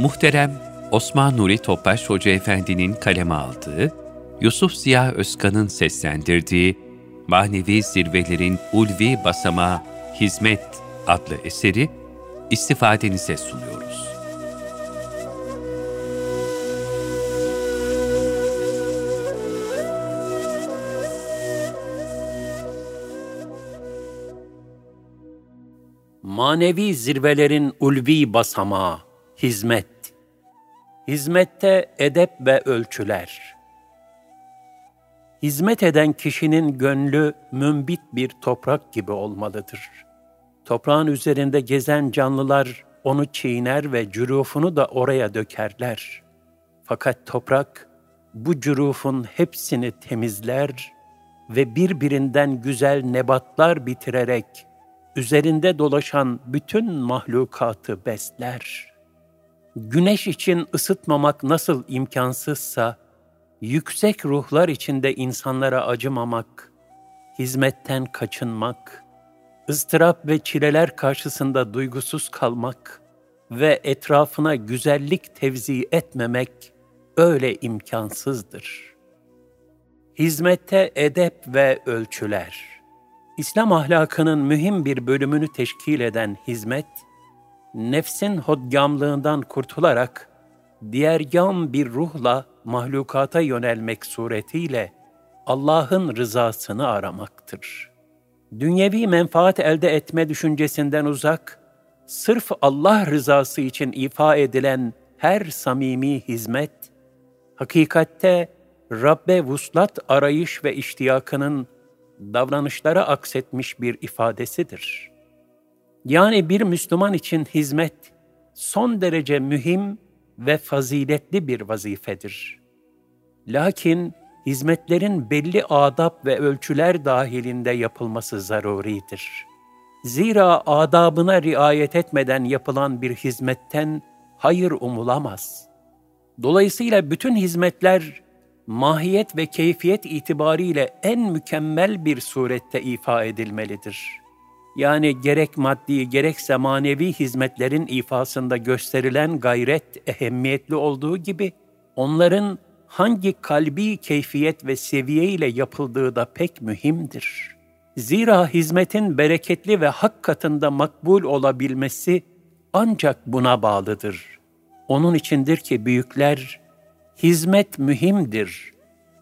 Muhterem Osman Nuri Topbaş Hoca Efendi'nin kaleme aldığı, Yusuf Ziya Özkan'ın seslendirdiği Manevi Zirvelerin Ulvi Basamağı Hizmet adlı eseri istifadenize sunuyoruz. Manevi zirvelerin ulvi basamağı, hizmet. Hizmette edep ve ölçüler. Hizmet eden kişinin gönlü münbit bir toprak gibi olmalıdır. Toprağın üzerinde gezen canlılar onu çiğner ve cürufunu da oraya dökerler. Fakat toprak bu cürufun hepsini temizler ve birbirinden güzel nebatlar bitirerek üzerinde dolaşan bütün mahlukatı besler. Güneş için ısıtmamak nasıl imkansızsa, yüksek ruhlar içinde insanlara acımamak, hizmetten kaçınmak, ıstırap ve çileler karşısında duygusuz kalmak ve etrafına güzellik tevzi etmemek öyle imkansızdır. Hizmette edep ve ölçüler. İslam ahlakının mühim bir bölümünü teşkil eden hizmet, nefsin hodgamlığından kurtularak diğergâm bir ruhla mahlukata yönelmek suretiyle Allah'ın rızasını aramaktır. Dünyevi menfaat elde etme düşüncesinden uzak, sırf Allah rızası için ifa edilen her samimi hizmet, hakikatte Rabbe vuslat arayış ve iştiyakının davranışlara aksetmiş bir ifadesidir. Yani bir Müslüman için hizmet son derece mühim ve faziletli bir vazifedir. Lakin hizmetlerin belli adab ve ölçüler dahilinde yapılması zaruridir. Zira adabına riayet etmeden yapılan bir hizmetten hayır umulamaz. Dolayısıyla bütün hizmetler mahiyet ve keyfiyet itibariyle en mükemmel bir surette ifa edilmelidir. Yani gerek maddi gerekse manevi hizmetlerin ifasında gösterilen gayret ehemmiyetli olduğu gibi, onların hangi kalbi keyfiyet ve seviye ile yapıldığı da pek mühimdir. Zira hizmetin bereketli ve hak katında makbul olabilmesi ancak buna bağlıdır. Onun içindir ki büyükler, hizmet mühimdir,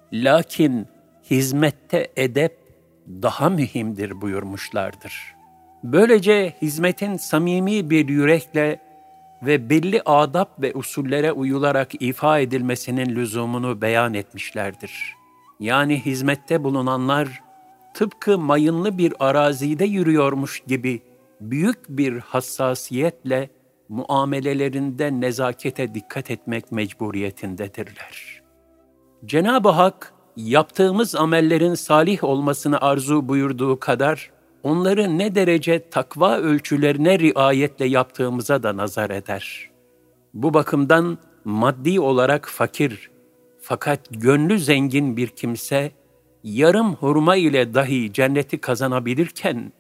lakin hizmette edep daha mühimdir buyurmuşlardır. Böylece hizmetin samimi bir yürekle ve belli adab ve usullere uyularak ifa edilmesinin lüzumunu beyan etmişlerdir. Yani hizmette bulunanlar, tıpkı mayınlı bir arazide yürüyormuş gibi büyük bir hassasiyetle muamelelerinde nezakete dikkat etmek mecburiyetindedirler. Cenab-ı Hak, yaptığımız amellerin salih olmasını arzu buyurduğu kadar, onları ne derece takva ölçülerine riayetle yaptığımıza da nazar eder. Bu bakımdan maddi olarak fakir, fakat gönlü zengin bir kimse, yarım hurma ile dahi cenneti kazanabilirken,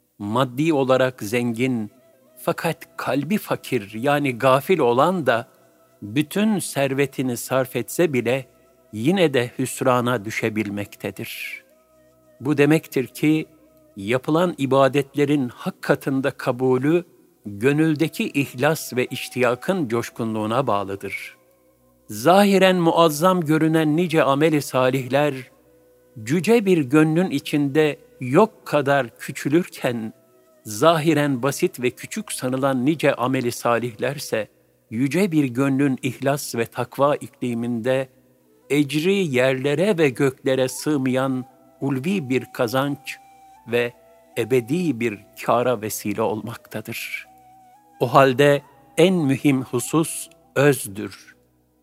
maddi olarak zengin, fakat kalbi fakir yani gafil olan da, bütün servetini sarf etse bile, yine de hüsrana düşebilmektedir. Bu demektir ki, yapılan ibadetlerin hak katında kabulü, gönüldeki ihlas ve iştiyakın coşkunluğuna bağlıdır. Zahiren muazzam görünen nice amel-i salihler, cüce bir gönlün içinde yok kadar küçülürken, zahiren basit ve küçük sanılan nice amel-i salihlerse, yüce bir gönlün ihlas ve takva ikliminde, ecri yerlere ve göklere sığmayan ulvi bir kazanç ve ebedi bir kâra vesile olmaktadır. O halde en mühim husus özdür.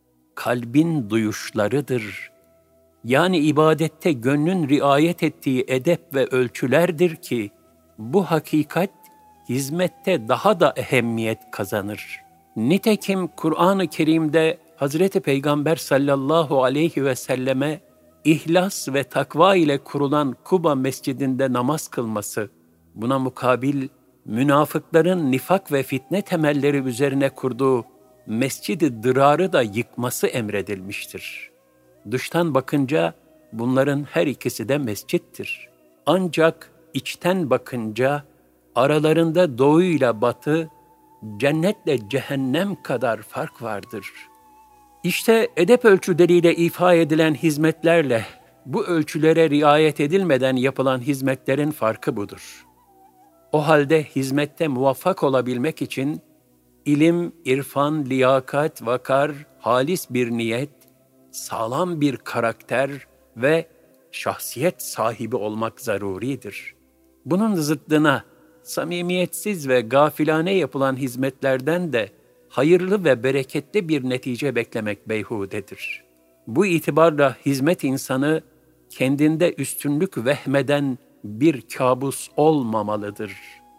Kalbin duyuşlarıdır. Yani ibadette gönlün riayet ettiği edep ve ölçülerdir ki, bu hakikat hizmette daha da ehemmiyet kazanır. Nitekim Kur'an-ı Kerim'de Hazreti Peygamber sallallahu aleyhi ve selleme ihlas ve takva ile kurulan Kuba mescidinde namaz kılması, buna mukabil münafıkların nifak ve fitne temelleri üzerine kurduğu Mescid-i Dırar'ı da yıkması emredilmiştir. Dıştan bakınca bunların her ikisi de mescittir. Ancak içten bakınca aralarında doğu ile batı, cennetle cehennem kadar fark vardır. İşte edep ölçüleriyle ifa edilen hizmetlerle bu ölçülere riayet edilmeden yapılan hizmetlerin farkı budur. O halde hizmette muvaffak olabilmek için ilim, irfan, liyakat, vakar, halis bir niyet, sağlam bir karakter ve şahsiyet sahibi olmak zaruridir. Bunun zıddına samimiyetsiz ve gafilane yapılan hizmetlerden de hayırlı ve bereketli bir netice beklemek beyhudedir. Bu itibarla hizmet insanı kendinde üstünlük vehmeden bir kabus olmamalıdır.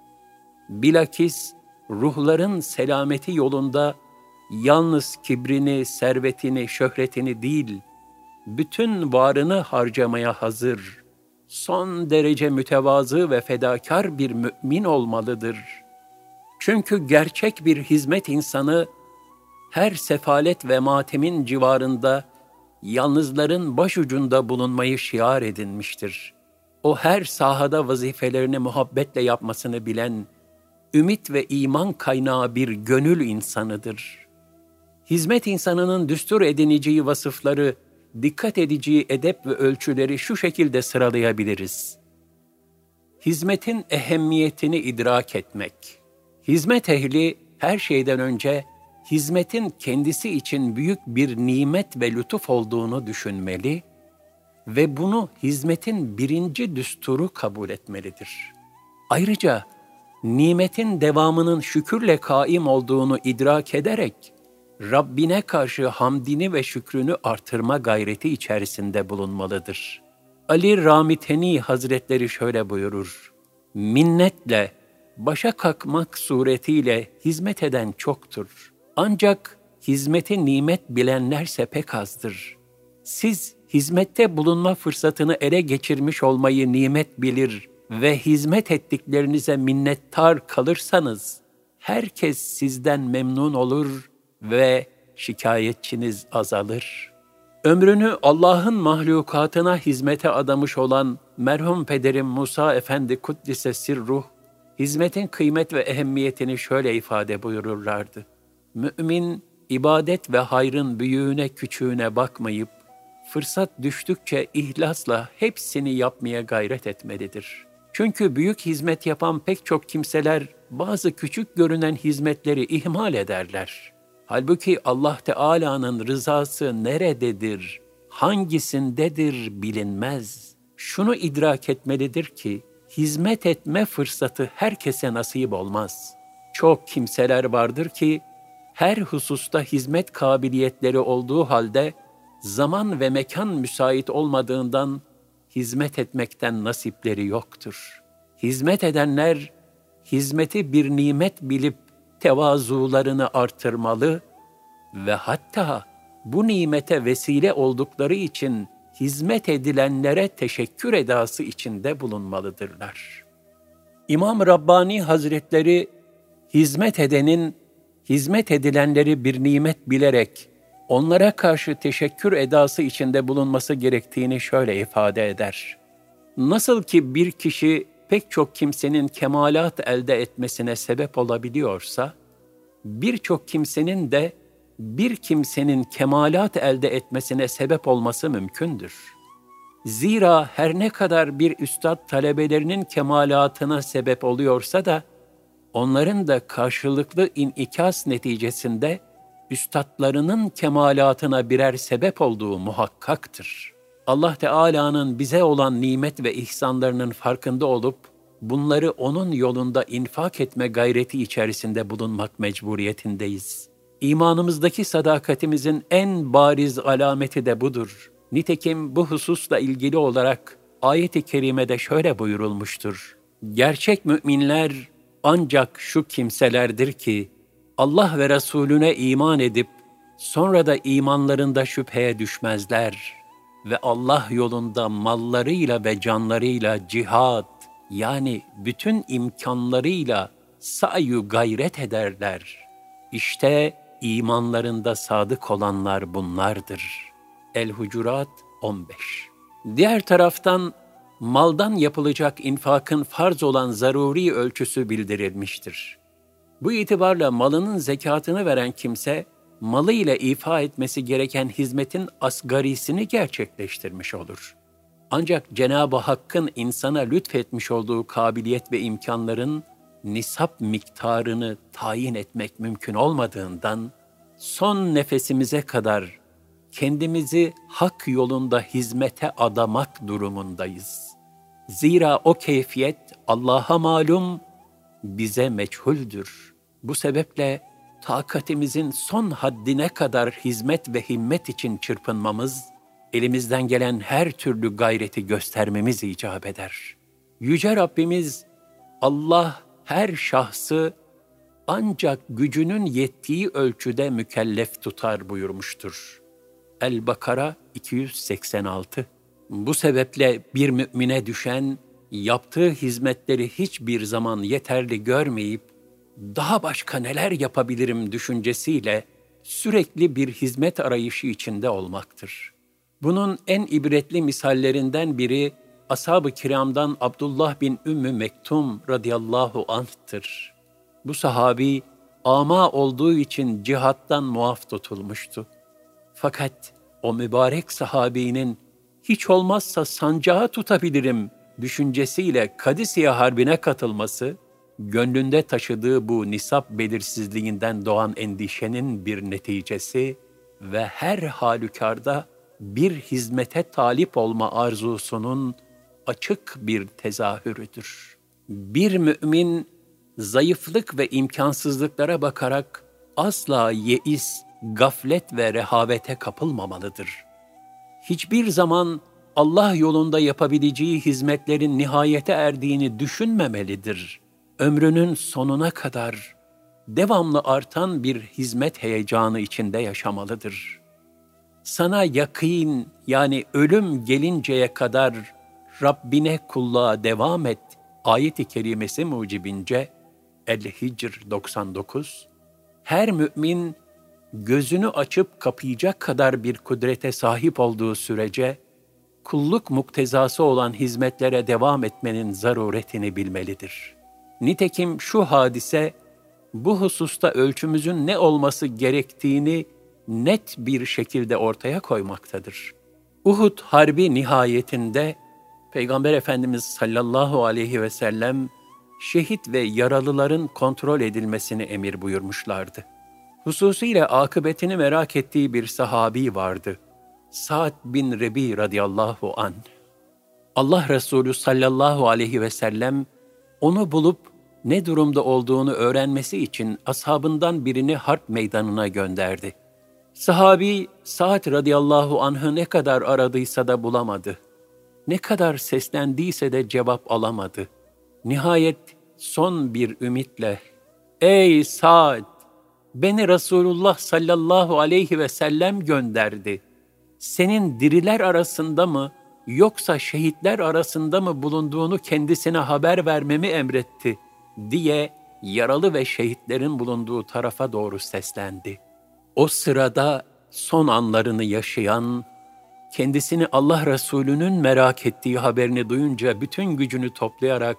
Bilakis ruhların selameti yolunda yalnız kibrini, servetini, şöhretini değil, bütün varını harcamaya hazır, son derece mütevazı ve fedakar bir mümin olmalıdır. Çünkü gerçek bir hizmet insanı, her sefalet ve matemin civarında, yalnızların başucunda bulunmayı şiar edinmiştir. O her sahada vazifelerini muhabbetle yapmasını bilen, ümit ve iman kaynağı bir gönül insanıdır. Hizmet insanının düstur edineceği vasıfları, dikkat edeceği edep ve ölçüleri şu şekilde sıralayabiliriz. Hizmetin ehemmiyetini idrak etmek. Hizmet ehli her şeyden önce hizmetin kendisi için büyük bir nimet ve lütuf olduğunu düşünmeli ve bunu hizmetin birinci düsturu kabul etmelidir. Ayrıca nimetin devamının şükürle kaim olduğunu idrak ederek Rabbine karşı hamdini ve şükrünü artırma gayreti içerisinde bulunmalıdır. Ali Ramiteni Hazretleri şöyle buyurur: minnetle başa kalkmak suretiyle hizmet eden çoktur. Ancak hizmeti nimet bilenlerse pek azdır. Siz hizmette bulunma fırsatını ele geçirmiş olmayı nimet bilir ve hizmet ettiklerinize minnettar kalırsanız, herkes sizden memnun olur ve şikayetçiniz azalır. Ömrünü Allah'ın mahlukatına hizmete adamış olan merhum pederim Musa Efendi Kuddise Sirruh, hizmetin kıymet ve ehemmiyetini şöyle ifade buyururlardı: mümin, ibadet ve hayrın büyüğüne küçüğüne bakmayıp, fırsat düştükçe ihlasla hepsini yapmaya gayret etmelidir. Çünkü büyük hizmet yapan pek çok kimseler bazı küçük görünen hizmetleri ihmal ederler. Halbuki Allah Teala'nın rızası nerededir, hangisindedir bilinmez. Şunu idrak etmelidir ki, hizmet etme fırsatı herkese nasip olmaz. Çok kimseler vardır ki, her hususta hizmet kabiliyetleri olduğu halde, zaman ve mekan müsait olmadığından hizmet etmekten nasipleri yoktur. Hizmet edenler, hizmeti bir nimet bilip tevazularını artırmalı ve hatta bu nimete vesile oldukları için hizmet edilenlere teşekkür edası içinde bulunmalıdırlar. İmam Rabbani Hazretleri, hizmet edenin, hizmet edilenleri bir nimet bilerek, onlara karşı teşekkür edası içinde bulunması gerektiğini şöyle ifade eder: nasıl ki bir kişi pek çok kimsenin kemalat elde etmesine sebep olabiliyorsa, birçok kimsenin de bir kimsenin kemalat elde etmesine sebep olması mümkündür. Zira her ne kadar bir üstad talebelerinin kemalatına sebep oluyorsa da, onların da karşılıklı inikas neticesinde üstadlarının kemalatına birer sebep olduğu muhakkaktır. Allah Teala'nın bize olan nimet ve ihsanlarının farkında olup, bunları onun yolunda infak etme gayreti içerisinde bulunmak mecburiyetindeyiz. İmanımızdaki sadakatimizin en bariz alameti de budur. Nitekim bu hususla ilgili olarak ayet-i kerimede şöyle buyurulmuştur: gerçek müminler ancak şu kimselerdir ki, Allah ve Resulüne iman edip, sonra da imanlarında şüpheye düşmezler ve Allah yolunda mallarıyla ve canlarıyla cihad, yani bütün imkanlarıyla sa'yu gayret ederler. İşte imanlarında sadık olanlar bunlardır. El-Hucurat 15. Diğer taraftan maldan yapılacak infakın farz olan zaruri ölçüsü bildirilmiştir. Bu itibarla malının zekatını veren kimse, malı ile ifa etmesi gereken hizmetin asgarisini gerçekleştirmiş olur. Ancak Cenab-ı Hakk'ın insana lütfetmiş olduğu kabiliyet ve imkanların nisap miktarını tayin etmek mümkün olmadığından, son nefesimize kadar kendimizi hak yolunda hizmete adamak durumundayız. Zira o keyfiyet Allah'a malum, bize meçhuldür. Bu sebeple takatimizin son haddine kadar hizmet ve himmet için çırpınmamız, elimizden gelen her türlü gayreti göstermemiz icap eder. Yüce Rabbimiz, Allah her şahsı ancak gücünün yettiği ölçüde mükellef tutar buyurmuştur. El-Bakara 286. Bu sebeple bir mümine düşen, yaptığı hizmetleri hiçbir zaman yeterli görmeyip, daha başka neler yapabilirim düşüncesiyle sürekli bir hizmet arayışı içinde olmaktır. Bunun en ibretli misallerinden biri, Ashab-ı Kiram'dan Abdullah bin Ümmü Mektum radıyallahu anh'tır. Bu sahabi, ama olduğu için cihattan muaf tutulmuştu. Fakat o mübarek sahabinin hiç olmazsa sancağı tutabilirim düşüncesiyle Kadisiye Harbi'ne katılması, gönlünde taşıdığı bu nisap belirsizliğinden doğan endişenin bir neticesi ve her halükarda bir hizmete talip olma arzusunun açık bir tezahürüdür. Bir mümin, zayıflık ve imkansızlıklara bakarak asla yeis, gaflet ve rehavete kapılmamalıdır. Hiçbir zaman Allah yolunda yapabileceği hizmetlerin nihayete erdiğini düşünmemelidir. Ömrünün sonuna kadar devamlı artan bir hizmet heyecanı içinde yaşamalıdır. Sana yakîn, yani ölüm gelinceye kadar Rabbine kulluğa devam et ayet-i kerimesi mucibince El-Hicr 99, her mümin gözünü açıp kapayacak kadar bir kudrete sahip olduğu sürece kulluk muktezası olan hizmetlere devam etmenin zaruretini bilmelidir. Nitekim şu hadise, bu hususta ölçümüzün ne olması gerektiğini net bir şekilde ortaya koymaktadır. Uhud Harbi nihayetinde Peygamber Efendimiz sallallahu aleyhi ve sellem şehit ve yaralıların kontrol edilmesini emir buyurmuşlardı. Hususiyle akıbetini merak ettiği bir sahabi vardı. Sa'd bin Rebi radıyallahu anh. Allah Resulü sallallahu aleyhi ve sellem onu bulup ne durumda olduğunu öğrenmesi için ashabından birini harp meydanına gönderdi. Sahabi Sa'd radıyallahu anh'ı ne kadar aradıysa da bulamadı. Ne kadar seslendiyse de cevap alamadı. Nihayet son bir ümitle, "Ey Sa'd, beni Resulullah sallallahu aleyhi ve sellem gönderdi. Senin diriler arasında mı yoksa şehitler arasında mı bulunduğunu kendisine haber vermemi emretti," diye yaralı ve şehitlerin bulunduğu tarafa doğru seslendi. O sırada son anlarını yaşayan, kendisini Allah Resulü'nün merak ettiği haberini duyunca bütün gücünü toplayarak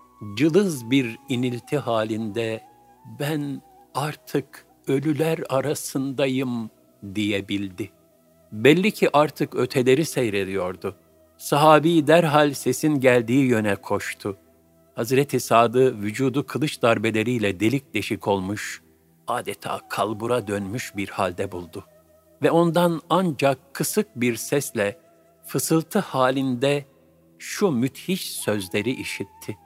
cılız bir inilti halinde, "Ben artık ölüler arasındayım," diyebildi. Belli ki artık öteleri seyrediyordu. Sahabi derhal sesin geldiği yöne koştu. Hazreti Sa'd'ı vücudu kılıç darbeleriyle delik deşik olmuş, adeta kalbura dönmüş bir halde buldu. Ve ondan ancak kısık bir sesle, fısıltı halinde şu müthiş sözleri işitti: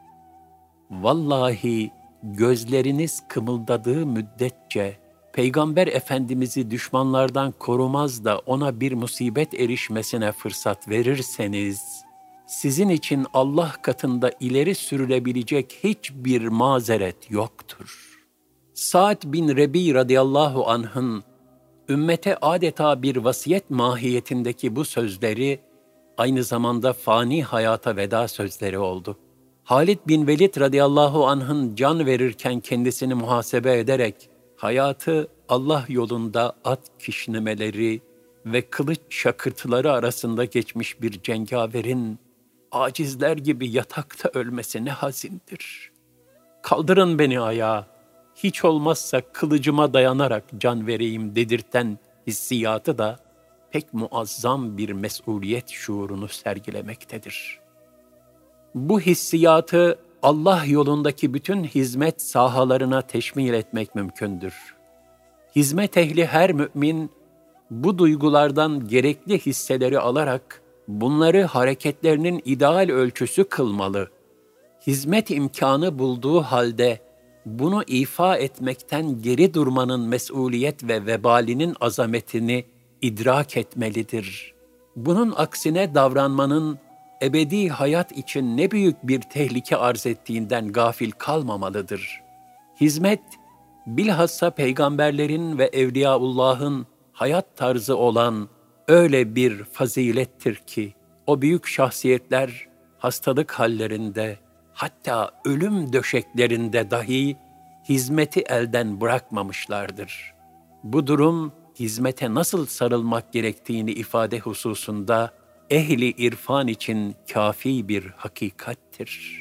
"Vallahi gözleriniz kımıldadığı müddetçe Peygamber Efendimiz'i düşmanlardan korumaz da ona bir musibet erişmesine fırsat verirseniz, sizin için Allah katında ileri sürülebilecek hiçbir mazeret yoktur." Sa'd bin Rebi radıyallahu anh'ın ümmete adeta bir vasiyet mahiyetindeki bu sözleri, aynı zamanda fani hayata veda sözleri oldu. Halid bin Velid radıyallahu anh'ın can verirken kendisini muhasebe ederek, hayatı Allah yolunda at kişnemeleri ve kılıç şakırtıları arasında geçmiş bir cengaverin acizler gibi yatakta ölmesi ne hazindir. Kaldırın beni ayağa, hiç olmazsa kılıcıma dayanarak can vereyim dedirten hissiyatı da pek muazzam bir mesuliyet şuurunu sergilemektedir. Bu hissiyatı Allah yolundaki bütün hizmet sahalarına teşmil etmek mümkündür. Hizmet ehli her mümin bu duygulardan gerekli hisseleri alarak bunları hareketlerinin ideal ölçüsü kılmalı. Hizmet imkanı bulduğu halde bunu ifa etmekten geri durmanın mesuliyet ve vebalinin azametini idrak etmelidir. Bunun aksine davranmanın ebedi hayat için ne büyük bir tehlike arz ettiğinden gafil kalmamalıdır. Hizmet, bilhassa peygamberlerin ve Evliyaullah'ın hayat tarzı olan öyle bir fazilettir ki, o büyük şahsiyetler hastalık hallerinde, hatta ölüm döşeklerinde dahi hizmeti elden bırakmamışlardır. Bu durum, hizmete nasıl sarılmak gerektiğini ifade hususunda ehli irfan için kafi bir hakikattir.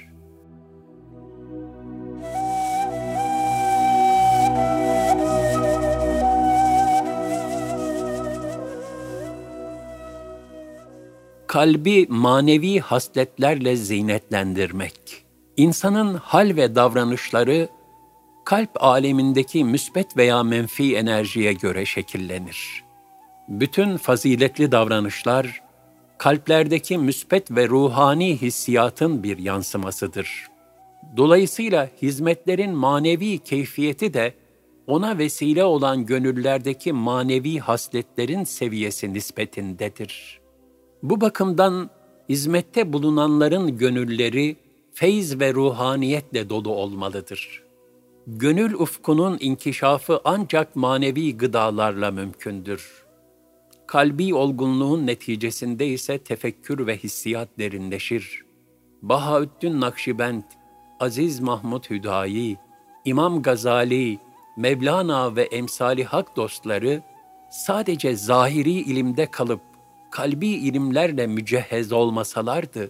Kalbi manevi hasletlerle zinetlendirmek. İnsanın hal ve davranışları, kalp alemindeki müsbet veya menfi enerjiye göre şekillenir. Bütün faziletli davranışlar, kalplerdeki müsbet ve ruhani hissiyatın bir yansımasıdır. Dolayısıyla hizmetlerin manevi keyfiyeti de, ona vesile olan gönüllerdeki manevi hasletlerin seviyesi nispetindedir. Bu bakımdan hizmette bulunanların gönülleri feyz ve ruhaniyetle dolu olmalıdır. Gönül ufkunun inkişafı ancak manevi gıdalarla mümkündür. Kalbi olgunluğun neticesinde ise tefekkür ve hissiyat derinleşir. Bahaüddin Nakşibend, Aziz Mahmud Hüdayi, İmam Gazali, Mevlana ve emsali hak dostları sadece zahiri ilimde kalıp kalbi ilimlerle mücehhez olmasalardı,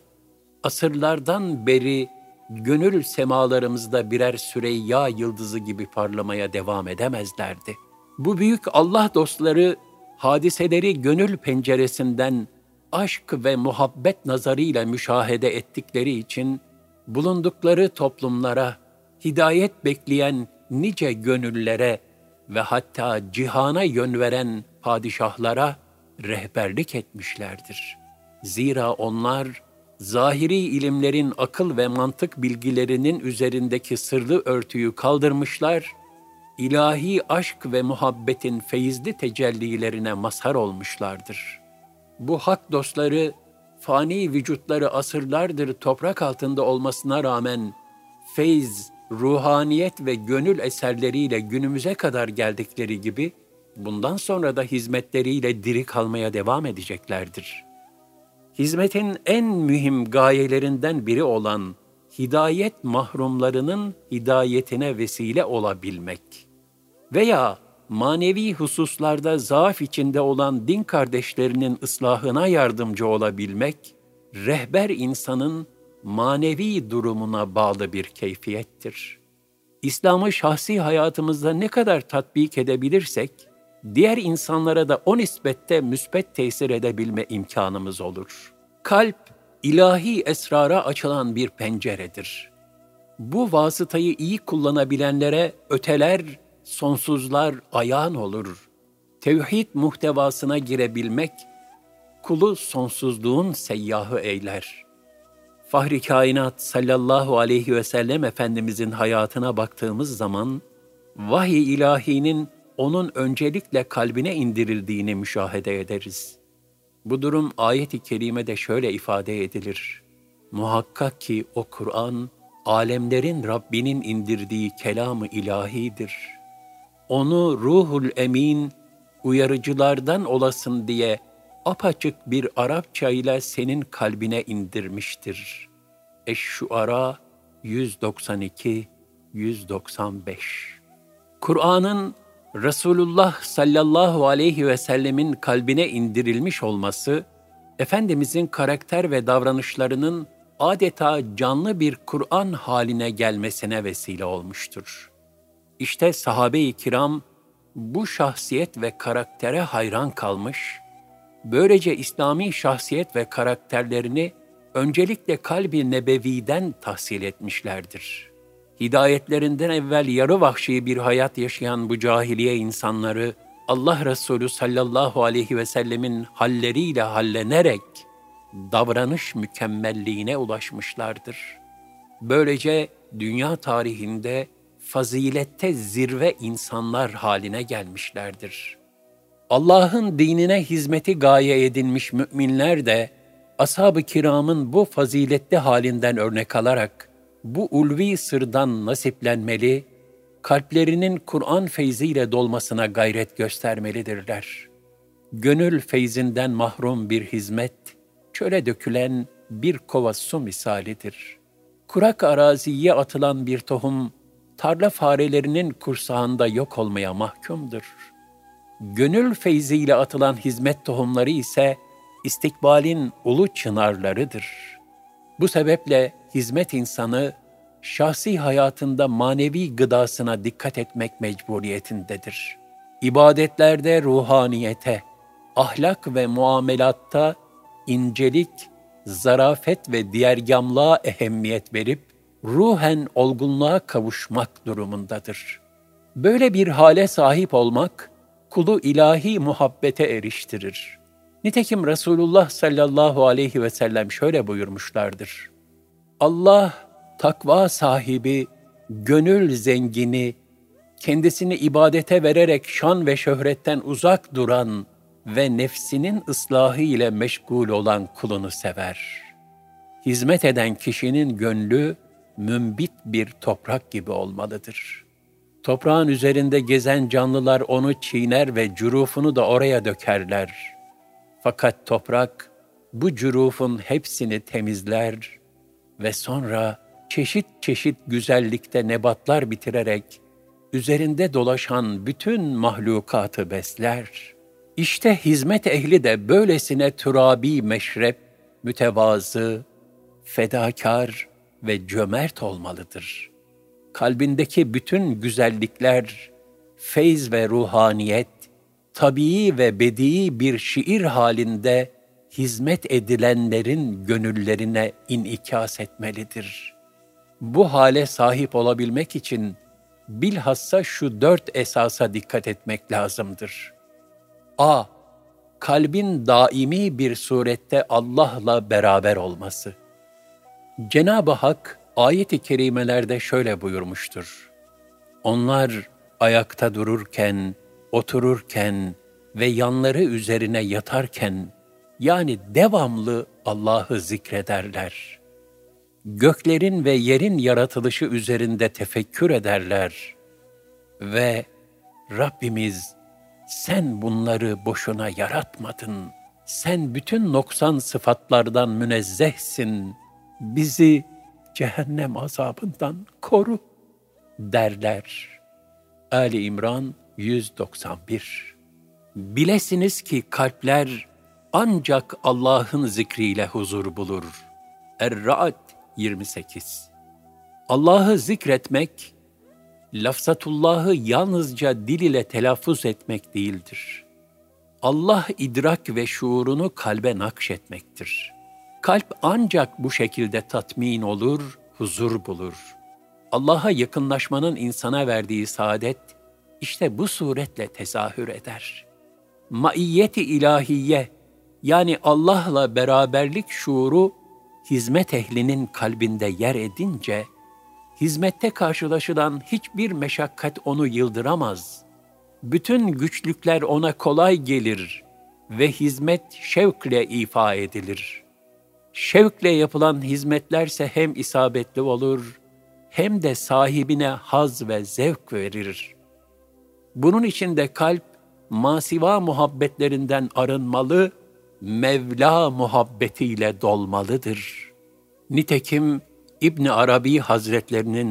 asırlardan beri gönül semalarımızda birer Süreyya yıldızı gibi parlamaya devam edemezlerdi. Bu büyük Allah dostları hadiseleri gönül penceresinden aşk ve muhabbet nazarıyla müşahede ettikleri için bulundukları toplumlara, hidayet bekleyen nice gönüllere ve hatta cihana yön veren padişahlara rehberlik etmişlerdir. Zira onlar, zahiri ilimlerin akıl ve mantık bilgilerinin üzerindeki sırlı örtüyü kaldırmışlar, ilahi aşk ve muhabbetin feyizli tecellilerine mazhar olmuşlardır. Bu hak dostları, fani vücutları asırlardır toprak altında olmasına rağmen, feyz, ruhaniyet ve gönül eserleriyle günümüze kadar geldikleri gibi, bundan sonra da hizmetleriyle diri kalmaya devam edeceklerdir. Hizmetin en mühim gayelerinden biri olan hidayet mahrumlarının hidayetine vesile olabilmek veya manevi hususlarda zaaf içinde olan din kardeşlerinin ıslahına yardımcı olabilmek, rehber insanın manevi durumuna bağlı bir keyfiyettir. İslam'ı şahsi hayatımızda ne kadar tatbik edebilirsek, diğer insanlara da o nispette müsbet tesir edebilme imkanımız olur. Kalp, ilahi esrara açılan bir penceredir. Bu vasıtayı iyi kullanabilenlere öteler, sonsuzlar ayağın olur. Tevhid muhtevasına girebilmek, kulu sonsuzluğun seyyahı eyler. Fahri kainat sallallahu aleyhi ve sellem Efendimizin hayatına baktığımız zaman, vahiy ilahinin onun öncelikle kalbine indirildiğini müşahede ederiz. Bu durum ayet-i kerimede şöyle ifade edilir. Muhakkak ki o Kur'an, alemlerin Rabbinin indirdiği kelam-ı ilahidir. Onu Ruhul Emin, uyarıcılardan olasın diye apaçık bir Arapça ile senin kalbine indirmiştir. Eş-Şuara 192-195. Kur'an'ın Resulullah sallallahu aleyhi ve sellemin kalbine indirilmiş olması, Efendimizin karakter ve davranışlarının adeta canlı bir Kur'an haline gelmesine vesile olmuştur. İşte sahabe-i kiram bu şahsiyet ve karaktere hayran kalmış, böylece İslami şahsiyet ve karakterlerini öncelikle kalbi nebeviden tahsil etmişlerdir. Hidayetlerinden evvel yarı vahşi bir hayat yaşayan bu cahiliye insanları, Allah Resulü sallallahu aleyhi ve sellemin halleriyle hallenerek davranış mükemmelliğine ulaşmışlardır. Böylece dünya tarihinde fazilette zirve insanlar haline gelmişlerdir. Allah'ın dinine hizmeti gaye edinmiş müminler de, ashab-ı kiramın bu faziletli halinden örnek alarak, bu ulvi sırdan nasiplenmeli, kalplerinin Kur'an feyziyle dolmasına gayret göstermelidirler. Gönül feyzinden mahrum bir hizmet, çöle dökülen bir kova su misalidir. Kurak araziye atılan bir tohum, tarla farelerinin kursağında yok olmaya mahkumdur. Gönül feyziyle atılan hizmet tohumları ise istikbalin ulu çınarlarıdır. Bu sebeple hizmet insanı, şahsi hayatında manevi gıdasına dikkat etmek mecburiyetindedir. İbadetlerde ruhaniyete, ahlak ve muamelatta incelik, zarafet ve diğergamlığa ehemmiyet verip, ruhen olgunluğa kavuşmak durumundadır. Böyle bir hale sahip olmak, kulu ilahi muhabbete eriştirir. Nitekim Resulullah sallallahu aleyhi ve sellem şöyle buyurmuşlardır: Allah, takva sahibi, gönül zengini, kendisini ibadete vererek şan ve şöhretten uzak duran ve nefsinin ıslahı ile meşgul olan kulunu sever. Hizmet eden kişinin gönlü, mümbit bir toprak gibi olmalıdır. Toprağın üzerinde gezen canlılar onu çiğner ve cürufunu da oraya dökerler. Fakat toprak, bu cürufun hepsini temizler ve sonra çeşit çeşit güzellikte nebatlar bitirerek, üzerinde dolaşan bütün mahlukatı besler. İşte hizmet ehli de böylesine türabi meşrep, mütevazı, fedakar ve cömert olmalıdır. Kalbindeki bütün güzellikler, feyz ve ruhaniyet, tabii ve bedii bir şiir halinde hizmet edilenlerin gönüllerine inikas etmelidir. Bu hale sahip olabilmek için bilhassa şu 4 esasa dikkat etmek lazımdır. A. Kalbin daimi bir surette Allah'la beraber olması. Cenab-ı Hak ayet-i kerimelerde şöyle buyurmuştur: Onlar ayakta dururken, otururken ve yanları üzerine yatarken, yani devamlı Allah'ı zikrederler. Göklerin ve yerin yaratılışı üzerinde tefekkür ederler. Ve Rabbimiz, sen bunları boşuna yaratmadın. Sen bütün noksan sıfatlardan münezzehsin. Bizi cehennem azabından koru derler. Ali İmran 191. Bilesiniz ki kalpler ancak Allah'ın zikriyle huzur bulur. Er-Ra'd 28. Allah'ı zikretmek, lafzatullahı yalnızca dil ile telaffuz etmek değildir. Allah idrak ve şuurunu kalbe nakşetmektir. Kalp ancak bu şekilde tatmin olur, huzur bulur. Allah'a yakınlaşmanın insana verdiği saadet, işte bu suretle tezahür eder. Maiyet-i ilahiye, yani Allah'la beraberlik şuuru, hizmet ehlinin kalbinde yer edince, hizmette karşılaşılan hiçbir meşakkat onu yıldıramaz. Bütün güçlükler ona kolay gelir ve hizmet şevkle ifa edilir. Şevkle yapılan hizmetlerse hem isabetli olur, hem de sahibine haz ve zevk verir. Bunun için de kalp, masiva muhabbetlerinden arınmalı, Mevla muhabbetiyle dolmalıdır. Nitekim İbn Arabi Hazretlerinin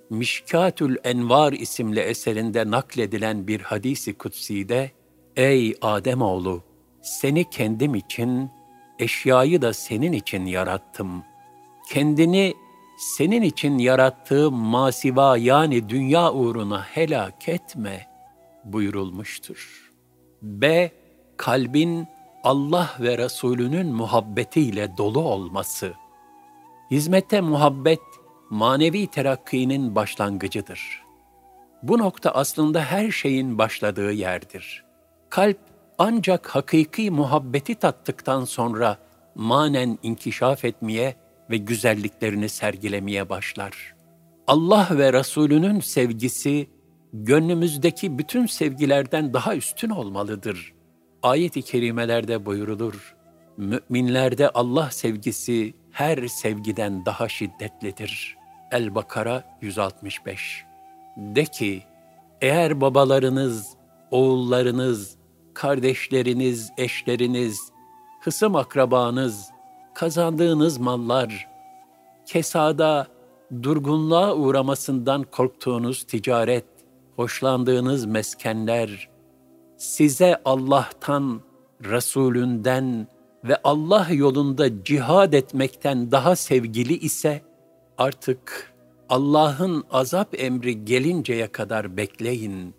Mişkatül Envar isimli eserinde nakledilen bir hadisi kutsi'de, "Ey Ademoğlu, seni kendim için, eşyayı da senin için yarattım. Kendini senin için yarattığım masiva yani dünya uğruna helak etme" buyurulmuştur. B. Kalbin Allah ve Resulünün muhabbetiyle dolu olması. Hizmette muhabbet, manevi terakkinin başlangıcıdır. Bu nokta aslında her şeyin başladığı yerdir. Kalp ancak hakiki muhabbeti tattıktan sonra manen inkişaf etmeye ve güzelliklerini sergilemeye başlar. Allah ve Resulünün sevgisi, gönlümüzdeki bütün sevgilerden daha üstün olmalıdır. Ayet-i kerimelerde buyurulur, müminlerde Allah sevgisi her sevgiden daha şiddetlidir. El-Bakara 165. De ki, eğer babalarınız, oğullarınız, kardeşleriniz, eşleriniz, hısım akrabanız, kazandığınız mallar, kesada, durgunluğa uğramasından korktuğunuz ticaret, hoşlandığınız meskenler, size Allah'tan, Resulünden ve Allah yolunda cihad etmekten daha sevgili ise, artık Allah'ın azap emri gelinceye kadar bekleyin.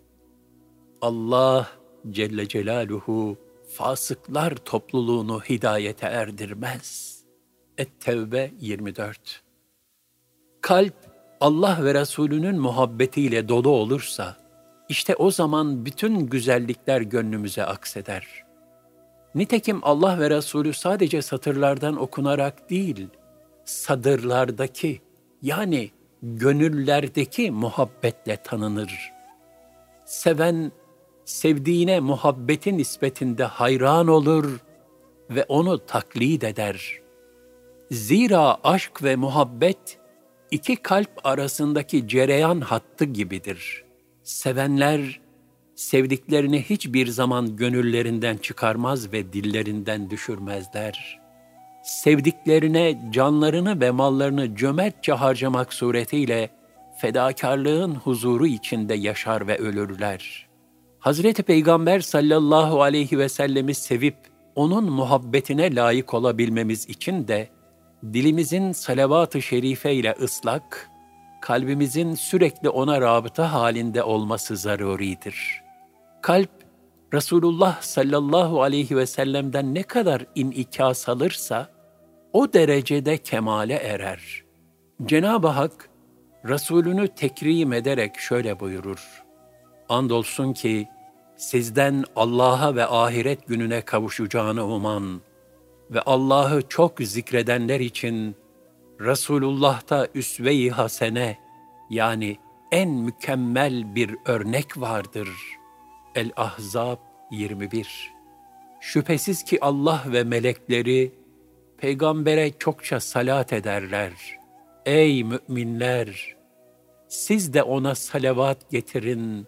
Allah Celle Celaluhu fasıklar topluluğunu hidayete erdirmez. Et-Tevbe 24. Kalp Allah ve Resulünün muhabbetiyle dolu olursa, işte o zaman bütün güzellikler gönlümüze akseder. Nitekim Allah ve Resulü sadece satırlardan okunarak değil, sadırlardaki yani gönüllerdeki muhabbetle tanınır. Seven, sevdiğine muhabbetin nispetinde hayran olur ve onu taklit eder. Zira aşk ve muhabbet, iki kalp arasındaki cereyan hattı gibidir. Sevenler, sevdiklerini hiçbir zaman gönüllerinden çıkarmaz ve dillerinden düşürmezler. Sevdiklerine canlarını ve mallarını cömertçe harcamak suretiyle fedakarlığın huzuru içinde yaşar ve ölürler. Hazreti Peygamber sallallahu aleyhi ve sellemi sevip onun muhabbetine layık olabilmemiz için de dilimizin salavat-ı şerife ile ıslak, kalbimizin sürekli ona rabıta halinde olması zaruridir. Kalp, Resulullah sallallahu aleyhi ve sellem'den ne kadar inikas alırsa, o derecede kemale erer. Cenab-ı Hak, Resulünü tekrim ederek şöyle buyurur: "Andolsun ki, sizden Allah'a ve ahiret gününe kavuşacağını uman ve Allah'ı çok zikredenler için Resulullah'ta üsve-i hasene yani en mükemmel bir örnek vardır." El-Ahzab 21. Şüphesiz ki Allah ve melekleri peygambere çokça salat ederler. Ey müminler! Siz de ona salavat getirin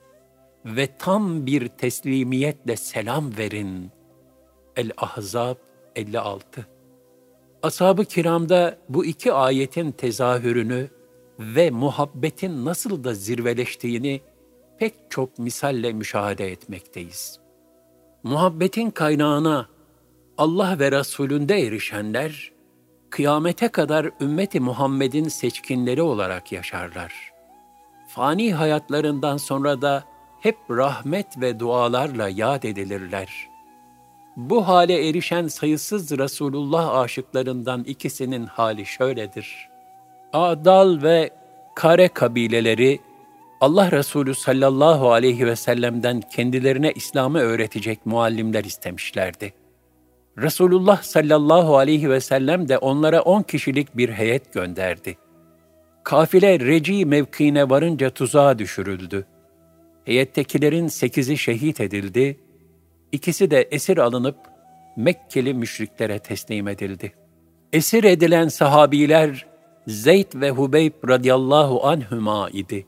ve tam bir teslimiyetle selam verin. El-Ahzab 56. Ashab-ı kiramda bu iki ayetin tezahürünü ve muhabbetin nasıl da zirveleştiğini pek çok misalle müşahede etmekteyiz. Muhabbetin kaynağına Allah ve Resulünde erişenler, kıyamete kadar ümmeti Muhammed'in seçkinleri olarak yaşarlar. Fani hayatlarından sonra da hep rahmet ve dualarla yad edilirler. Bu hale erişen sayısız Resulullah aşıklarından ikisinin hali şöyledir. Adal ve Kare kabileleri, Allah Resulü sallallahu aleyhi ve sellem'den kendilerine İslam'ı öğretecek muallimler istemişlerdi. Resulullah sallallahu aleyhi ve sellem de onlara 10 kişilik bir heyet gönderdi. Kafile Reci mevkiine varınca tuzağa düşürüldü. Heyettekilerin 8'i şehit edildi, ikisi de esir alınıp Mekkeli müşriklere teslim edildi. Esir edilen sahabiler Zeyd ve Hubeyb radıyallahu anhüma idi.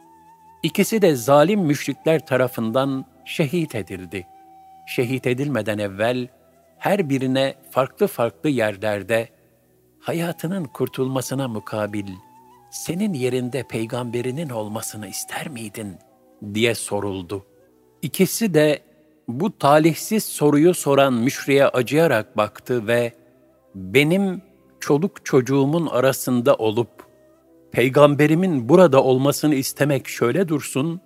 İkisi de zalim müşrikler tarafından şehit edildi. Şehit edilmeden evvel her birine farklı farklı yerlerde hayatının kurtulmasına mukabil senin yerinde peygamberinin olmasını ister miydin diye soruldu. İkisi de bu talihsiz soruyu soran müşriye acıyarak baktı ve benim çoluk çocuğumun arasında olup peygamberimin burada olmasını istemek şöyle dursun,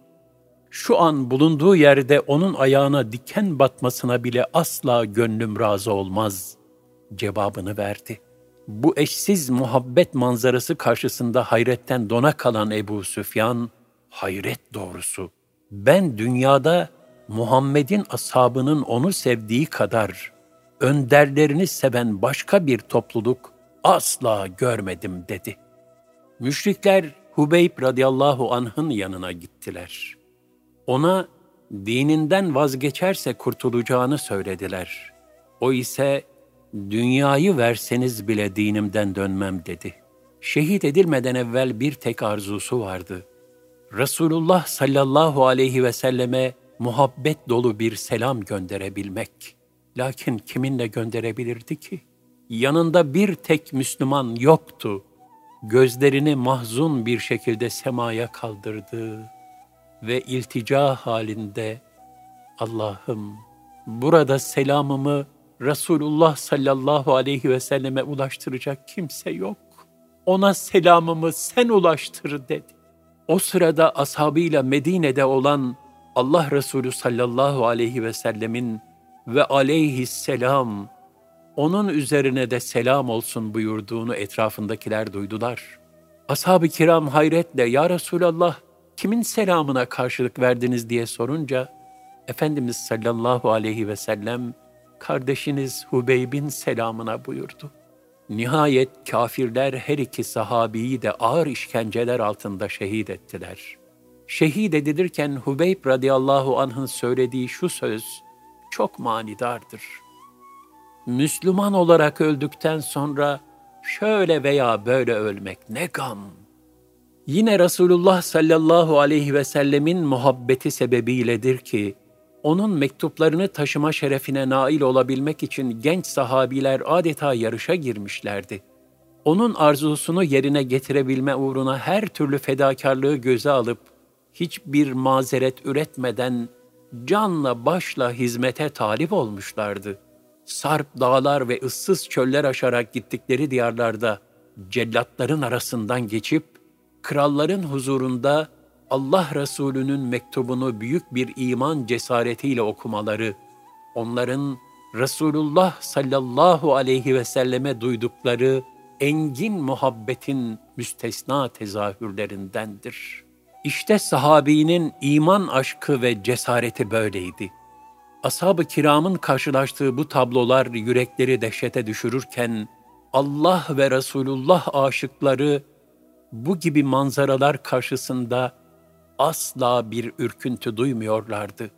şu an bulunduğu yerde onun ayağına diken batmasına bile asla gönlüm razı olmaz cevabını verdi. Bu eşsiz muhabbet manzarası karşısında hayretten dona kalan Ebu Süfyan, hayret doğrusu, ben dünyada Muhammed'in ashabının onu sevdiği kadar önderlerini seven başka bir topluluk asla görmedim dedi. Müşrikler Hubeyb radıyallahu anh'ın yanına gittiler. Ona dininden vazgeçerse kurtulacağını söylediler. O ise dünyayı verseniz bile dinimden dönmem dedi. Şehit edilmeden evvel bir tek arzusu vardı. Resulullah sallallahu aleyhi ve selleme muhabbet dolu bir selam gönderebilmek. Lakin kiminle gönderebilirdi ki? Yanında bir tek Müslüman yoktu. Gözlerini mahzun bir şekilde semaya kaldırdı ve iltica halinde, Allah'ım burada selamımı Resulullah sallallahu aleyhi ve selleme ulaştıracak kimse yok. Ona selamımı sen ulaştır dedi. O sırada ashabıyla Medine'de olan Allah Resulü sallallahu aleyhi ve sellemin ve aleyhisselam, onun üzerine de selam olsun buyurduğunu etrafındakiler duydular. Ashab-ı kiram hayretle, ya Resulallah, kimin selamına karşılık verdiniz diye sorunca, Efendimiz sallallahu aleyhi ve sellem, kardeşiniz Hubeyb'in selamına buyurdu. Nihayet kafirler her iki sahabiyi de ağır işkenceler altında şehit ettiler. Şehit edilirken Hubeyb radıyallahu anh'ın söylediği şu söz çok manidardır. Müslüman olarak öldükten sonra şöyle veya böyle ölmek ne gam. Yine Resulullah sallallahu aleyhi ve sellemin muhabbeti sebebiyledir ki, onun mektuplarını taşıma şerefine nail olabilmek için genç sahabiler adeta yarışa girmişlerdi. Onun arzusunu yerine getirebilme uğruna her türlü fedakarlığı göze alıp, hiçbir mazeret üretmeden canla başla hizmete talip olmuşlardı. Sarp dağlar ve ıssız çöller aşarak gittikleri diyarlarda cellatların arasından geçip, kralların huzurunda Allah Resulü'nün mektubunu büyük bir iman cesaretiyle okumaları, onların Resulullah sallallahu aleyhi ve selleme duydukları engin muhabbetin müstesna tezahürlerindendir. İşte sahabinin iman aşkı ve cesareti böyleydi. Ashab-ı kiramın karşılaştığı bu tablolar yürekleri dehşete düşürürken, Allah ve Resulullah aşıkları bu gibi manzaralar karşısında asla bir ürküntü duymuyorlardı.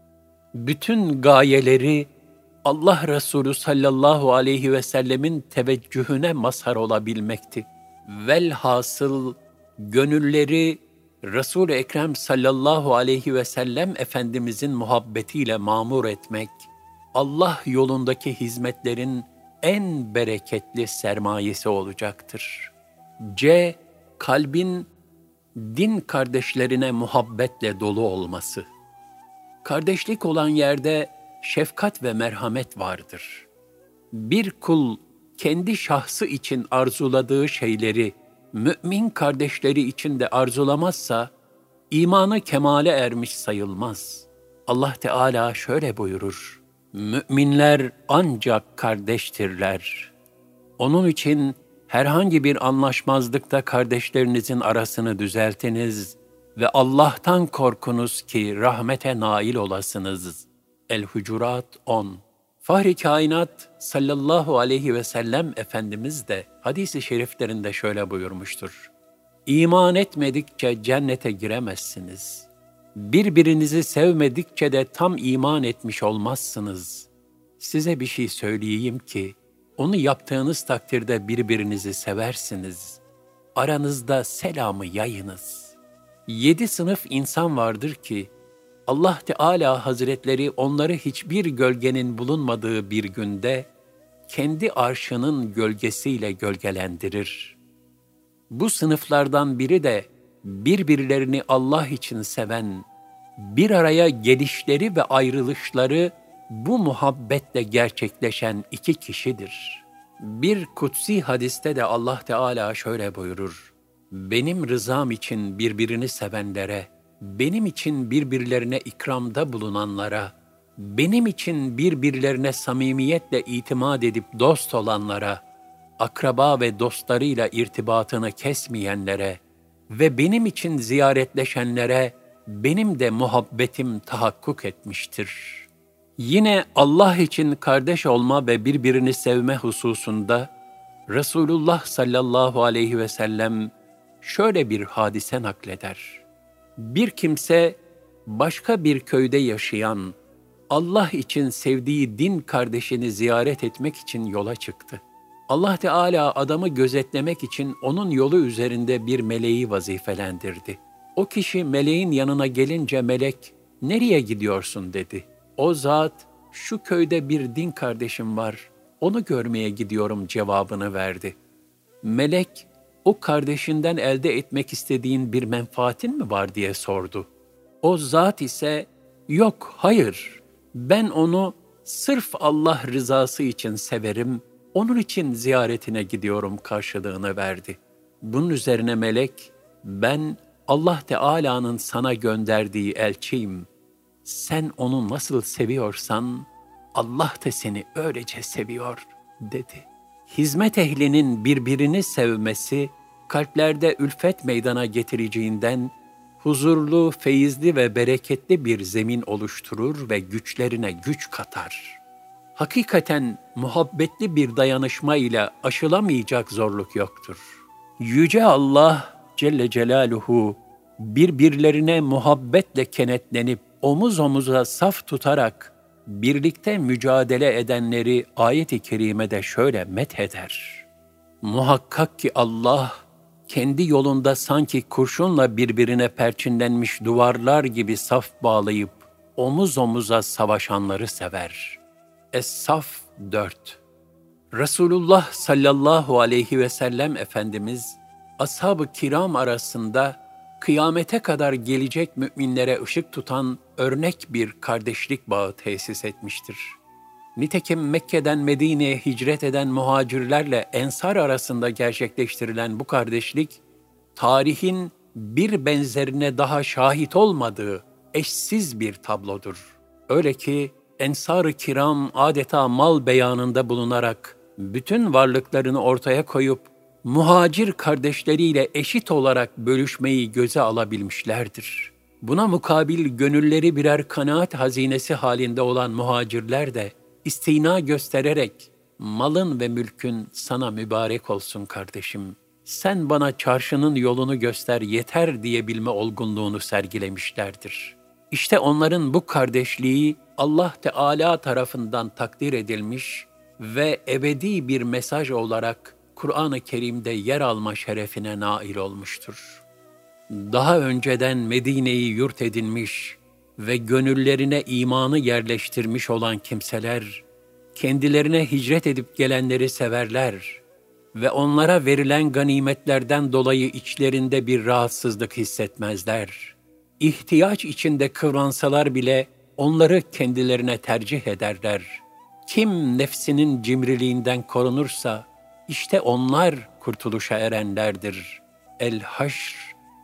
Bütün gayeleri Allah Resulü sallallahu aleyhi ve sellemin teveccühüne mazhar olabilmekti. Velhasıl gönülleri Resul-i Ekrem sallallahu aleyhi ve sellem Efendimizin muhabbetiyle mamur etmek, Allah yolundaki hizmetlerin en bereketli sermayesi olacaktır. C. Kalbin din kardeşlerine muhabbetle dolu olması. Kardeşlik olan yerde şefkat ve merhamet vardır. Bir kul kendi şahsı için arzuladığı şeyleri mümin kardeşleri için de arzulamazsa, imanı kemale ermiş sayılmaz. Allah Teala şöyle buyurur, müminler ancak kardeştirler. Onun için herhangi bir anlaşmazlıkta kardeşlerinizin arasını düzeltiniz ve Allah'tan korkunuz ki rahmete nail olasınız. El-Hucurat 10. Fahri kainat sallallahu aleyhi ve sellem Efendimiz de hadis-i şeriflerinde şöyle buyurmuştur. İman etmedikçe cennete giremezsiniz. Birbirinizi sevmedikçe de tam iman etmiş olmazsınız. Size bir şey söyleyeyim ki, onu yaptığınız takdirde birbirinizi seversiniz. Aranızda selamı yayınız. 7 sınıf insan vardır ki, Allah Teala Hazretleri onları hiçbir gölgenin bulunmadığı bir günde kendi arşının gölgesiyle gölgelendirir. Bu sınıflardan biri de birbirlerini Allah için seven, bir araya gelişleri ve ayrılışları bu muhabbetle gerçekleşen iki kişidir. Bir kutsi hadiste de Allah Teala şöyle buyurur: benim rızam için birbirini sevenlere, benim için birbirlerine ikramda bulunanlara, benim için birbirlerine samimiyetle itimat edip dost olanlara, akraba ve dostlarıyla irtibatını kesmeyenlere ve benim için ziyaretleşenlere benim de muhabbetim tahakkuk etmiştir. Yine Allah için kardeş olma ve birbirini sevme hususunda Resulullah sallallahu aleyhi ve sellem şöyle bir hadise nakleder. Bir kimse başka bir köyde yaşayan, Allah için sevdiği din kardeşini ziyaret etmek için yola çıktı. Allah Teala adamı gözetlemek için onun yolu üzerinde bir meleği vazifelendirdi. O kişi meleğin yanına gelince melek, "Nereye gidiyorsun?" dedi. O zat, "Şu köyde bir din kardeşim var, onu görmeye gidiyorum" cevabını verdi. Melek, "O kardeşinden elde etmek istediğin bir menfaatin mi var?" diye sordu. O zat ise, "Yok, hayır, ben onu sırf Allah rızası için severim, onun için ziyaretine gidiyorum" karşılığını verdi. Bunun üzerine melek, "Ben Allah Teala'nın sana gönderdiği elçiyim. Sen onu nasıl seviyorsan Allah da seni öylece seviyor" dedi. Hizmet ehlinin birbirini sevmesi, kalplerde ülfet meydana getireceğinden, huzurlu, feyizli ve bereketli bir zemin oluşturur ve güçlerine güç katar. Hakikaten muhabbetli bir dayanışma ile aşılamayacak zorluk yoktur. Yüce Allah Celle Celaluhu, birbirlerine muhabbetle kenetlenip omuz omuza saf tutarak birlikte mücadele edenleri ayet-i kerimede şöyle metheder: "Muhakkak ki Allah, kendi yolunda sanki kurşunla birbirine perçinlenmiş duvarlar gibi saf bağlayıp omuz omuza savaşanları sever." Es-Saf 4. Resulullah sallallahu aleyhi ve sellem Efendimiz, ashab-ı kiram arasında kıyamete kadar gelecek müminlere ışık tutan örnek bir kardeşlik bağı tesis etmiştir. Nitekim Mekke'den Medine'ye hicret eden muhacirlerle ensar arasında gerçekleştirilen bu kardeşlik, tarihin bir benzerine daha şahit olmadığı eşsiz bir tablodur. Öyle ki Ensar-ı Kiram adeta mal beyanında bulunarak bütün varlıklarını ortaya koyup muhacir kardeşleriyle eşit olarak bölüşmeyi göze alabilmişlerdir. Buna mukabil gönülleri birer kanaat hazinesi halinde olan muhacirler de istina göstererek "Malın ve mülkün sana mübarek olsun kardeşim, sen bana çarşının yolunu göster yeter" diyebilme olgunluğunu sergilemişlerdir. İşte onların bu kardeşliği Allah Teala tarafından takdir edilmiş ve ebedi bir mesaj olarak Kur'an-ı Kerim'de yer alma şerefine nail olmuştur. Daha önceden Medine'yi yurt edinmiş ve gönüllerine imanı yerleştirmiş olan kimseler, kendilerine hicret edip gelenleri severler ve onlara verilen ganimetlerden dolayı içlerinde bir rahatsızlık hissetmezler. İhtiyaç içinde kıvransalar bile onları kendilerine tercih ederler. Kim nefsinin cimriliğinden korunursa, işte onlar kurtuluşa erenlerdir. El-Haşr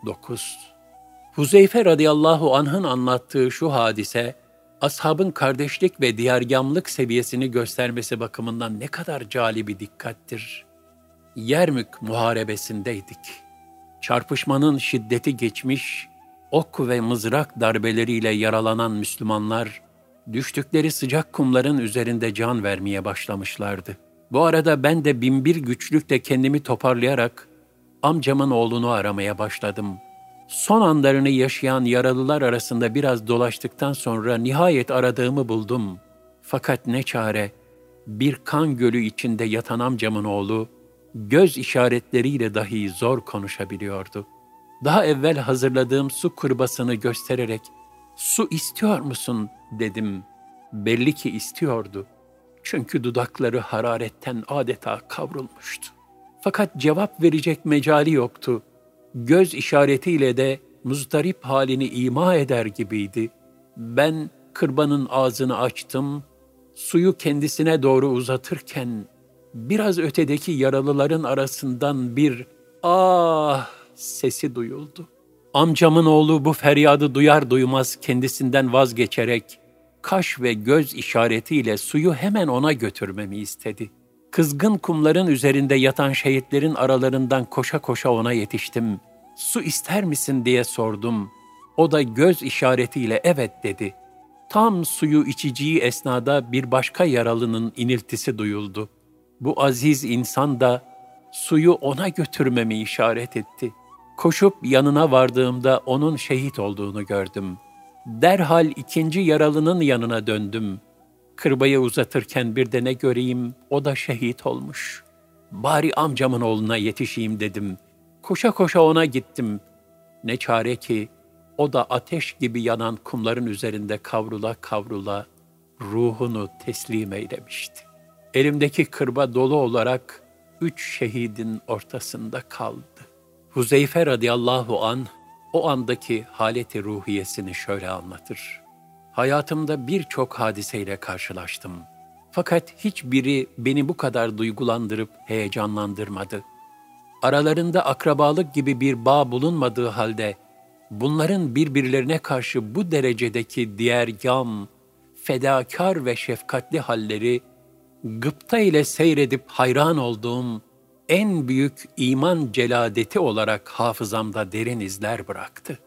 9. Huzeyfe radıyallahu anh'ın anlattığı şu hadise, ashabın kardeşlik ve diyargamlık seviyesini göstermesi bakımından ne kadar cali bir dikkattir. Yermük muharebesindeydik. Çarpışmanın şiddeti geçmiş, ok ve mızrak darbeleriyle yaralanan Müslümanlar, düştükleri sıcak kumların üzerinde can vermeye başlamışlardı. Bu arada ben de binbir güçlükle kendimi toparlayarak amcamın oğlunu aramaya başladım. Son anlarını yaşayan yaralılar arasında biraz dolaştıktan sonra nihayet aradığımı buldum. Fakat ne çare, bir kan gölü içinde yatan amcamın oğlu, göz işaretleriyle dahi zor konuşabiliyordu. Daha evvel hazırladığım su kurbasını göstererek, "Su istiyor musun?" dedim. Belli ki istiyordu. Çünkü dudakları hararetten adeta kavrulmuştu. Fakat cevap verecek mecali yoktu. Göz işaretiyle de muzdarip halini ima eder gibiydi. Ben kırbanın ağzını açtım, suyu kendisine doğru uzatırken biraz ötedeki yaralıların arasından bir "ah" sesi duyuldu. Amcamın oğlu bu feryadı duyar duymaz kendisinden vazgeçerek kaş ve göz işaretiyle suyu hemen ona götürmemi istedi. Kızgın kumların üzerinde yatan şehitlerin aralarından koşa koşa ona yetiştim. "Su ister misin?" diye sordum. O da göz işaretiyle "evet" dedi. Tam suyu içeceği esnada bir başka yaralının iniltisi duyuldu. Bu aziz insan da suyu ona götürmemi işaret etti. Koşup yanına vardığımda onun şehit olduğunu gördüm. Derhal ikinci yaralının yanına döndüm. Kırbayı uzatırken bir de ne göreyim, o da şehit olmuş. Bari amcamın oğluna yetişeyim dedim. Koşa koşa ona gittim. Ne çare ki, o da ateş gibi yanan kumların üzerinde kavrula kavrula ruhunu teslim eylemişti. Elimdeki kırba dolu olarak 3 şehidin ortasında kaldı. Huzeyfe radıyallahu anh o andaki haleti ruhiyesini şöyle anlatır. Hayatımda birçok hadiseyle karşılaştım. Fakat hiçbiri beni bu kadar duygulandırıp heyecanlandırmadı. Aralarında akrabalık gibi bir bağ bulunmadığı halde bunların birbirlerine karşı bu derecedeki diyergâm, fedakar ve şefkatli halleri gıpta ile seyredip hayran olduğum en büyük iman celadeti olarak hafızamda derin izler bıraktı.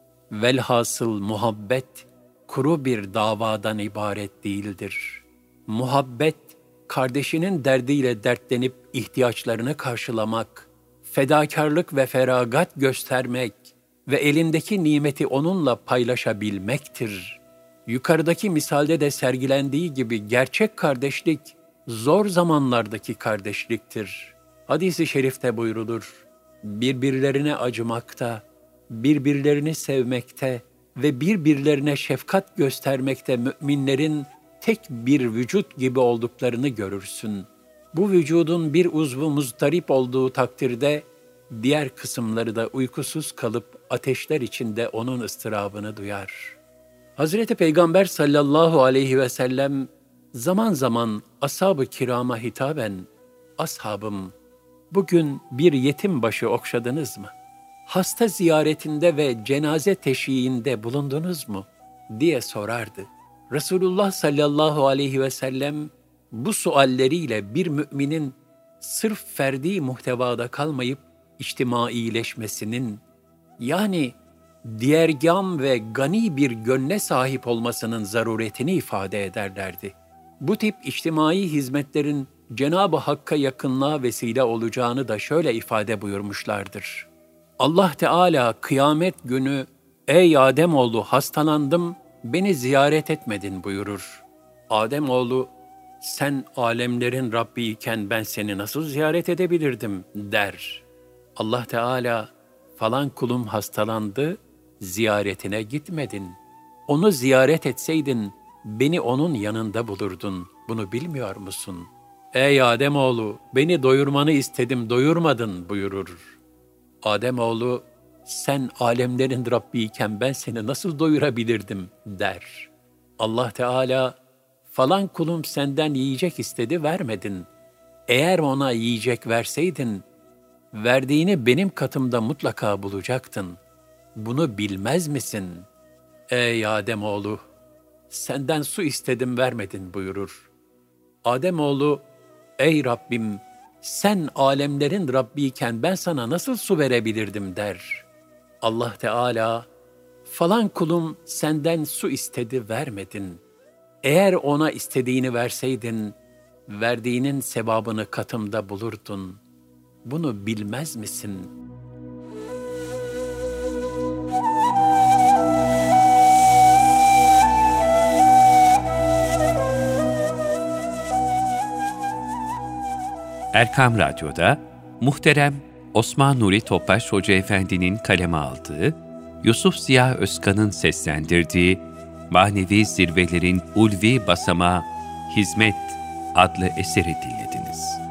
Velhasıl muhabbet kuru bir davadan ibaret değildir. Muhabbet, kardeşinin derdiyle dertlenip ihtiyaçlarını karşılamak, fedakarlık ve feragat göstermek ve elindeki nimeti onunla paylaşabilmektir. Yukarıdaki misalde de sergilendiği gibi gerçek kardeşlik, zor zamanlardaki kardeşliktir. Hadis-i şerifte buyrulur, birbirlerine acımakta, birbirlerini sevmekte ve birbirlerine şefkat göstermekte müminlerin tek bir vücut gibi olduklarını görürsün. Bu vücudun bir uzvu muzdarip olduğu takdirde, diğer kısımları da uykusuz kalıp ateşler içinde onun ıstırabını duyar. Hazreti Peygamber sallallahu aleyhi ve sellem zaman zaman ashab-ı kirama hitaben, "Ashabım, bugün bir yetim başı okşadınız mı? Hasta ziyaretinde ve cenaze teşyiğinde bulundunuz mu?" diye sorardı. Resulullah sallallahu aleyhi ve sellem bu sualleriyle bir müminin sırf ferdi muhtevada kalmayıp içtimaileşmesinin, yani diyergâm ve gani bir gönle sahip olmasının zaruretini ifade ederlerdi. Bu tip içtimai hizmetlerin Cenab-ı Hakk'a yakınlığa vesile olacağını da şöyle ifade buyurmuşlardır. Allah Teala kıyamet günü, "Ey Ademoğlu, hastalandım, beni ziyaret etmedin" buyurur. Ademoğlu, "Sen alemlerin Rabbi iken ben seni nasıl ziyaret edebilirdim?" der. Allah Teala, "Falan kulum hastalandı, ziyaretine gitmedin. Onu ziyaret etseydin, beni onun yanında bulurdun. Bunu bilmiyor musun? Ey Ademoğlu, beni doyurmanı istedim, doyurmadın" buyurur. Ademoğlu, "Sen alemlerin Rabbiyken ben seni nasıl doyurabilirdim?" der. Allah Teala, "Falan kulum senden yiyecek istedi, vermedin. Eğer ona yiyecek verseydin, verdiğini benim katımda mutlaka bulacaktın. Bunu bilmez misin? Ey Ademoğlu, senden su istedim, vermedin" buyurur. Ademoğlu, "Ey Rabbim, sen alemlerin Rabbiyken ben sana nasıl su verebilirdim?" der. Allah Teala, "Falan kulum senden su istedi, vermedin. Eğer ona istediğini verseydin, verdiğinin sevabını katımda bulurdun. Bunu bilmez misin?" Erkam Radyo'da muhterem Osman Nuri Topbaş Hoca Efendi'nin kaleme aldığı, Yusuf Ziya Özkan'ın seslendirdiği Manevi Zirvelerin Ulvi Basamağı Hizmet adlı eseri dinlediniz.